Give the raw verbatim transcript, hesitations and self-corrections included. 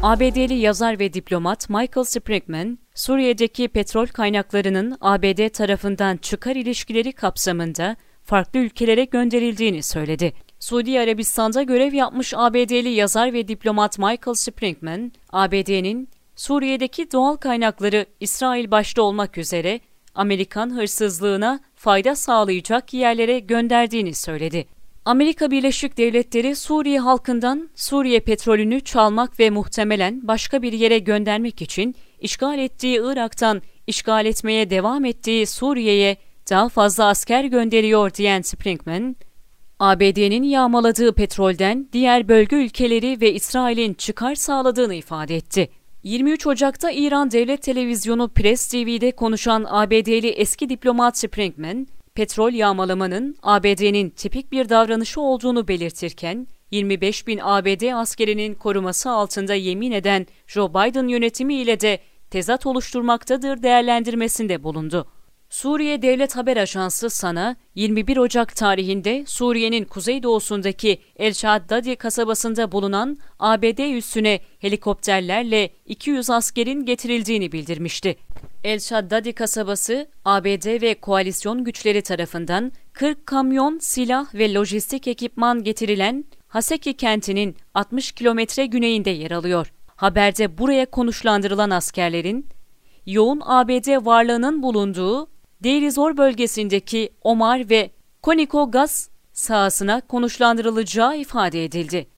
A B D'li yazar ve diplomat Michael Springman, Suriye'deki petrol kaynaklarının A B D tarafından çıkar ilişkileri kapsamında farklı ülkelere gönderildiğini söyledi. Suudi Arabistan'da görev yapmış A B D'li yazar ve diplomat Michael Springman, A B D'nin Suriye'deki doğal kaynakları İsrail başta olmak üzere Amerikan hırsızlığına fayda sağlayacak yerlere gönderdiğini söyledi. Amerika Birleşik Devletleri Suriye halkından Suriye petrolünü çalmak ve muhtemelen başka bir yere göndermek için işgal ettiği Irak'tan işgal etmeye devam ettiği Suriye'ye daha fazla asker gönderiyor diyen Springman, A B D'nin yağmaladığı petrolden diğer bölge ülkeleri ve İsrail'in çıkar sağladığını ifade etti. yirmi üç Ocak'ta İran Devlet Televizyonu Press T V'de konuşan A B D'li eski diplomat Springman, petrol yağmalamanın A B D'nin tipik bir davranışı olduğunu belirtirken, yirmi beş bin A B D askerinin koruması altında yemin eden Joe Biden yönetimi ile de tezat oluşturmaktadır değerlendirmesinde bulundu. Suriye Devlet Haber Ajansı SANA, yirmi bir Ocak tarihinde Suriye'nin kuzeydoğusundaki El Shaddadi kasabasında bulunan A B D üssüne helikopterlerle iki yüz askerin getirildiğini bildirmişti. El Shaddadi kasabası, A B D ve koalisyon güçleri tarafından kırk kamyon, silah ve lojistik ekipman getirilen Haseki kentinin altmış kilometre güneyinde yer alıyor. Haberde buraya konuşlandırılan askerlerin, yoğun A B D varlığının bulunduğu Deir ez-Zor bölgesindeki Omar ve Koniko gaz sahasına konuşlandırılacağı ifade edildi.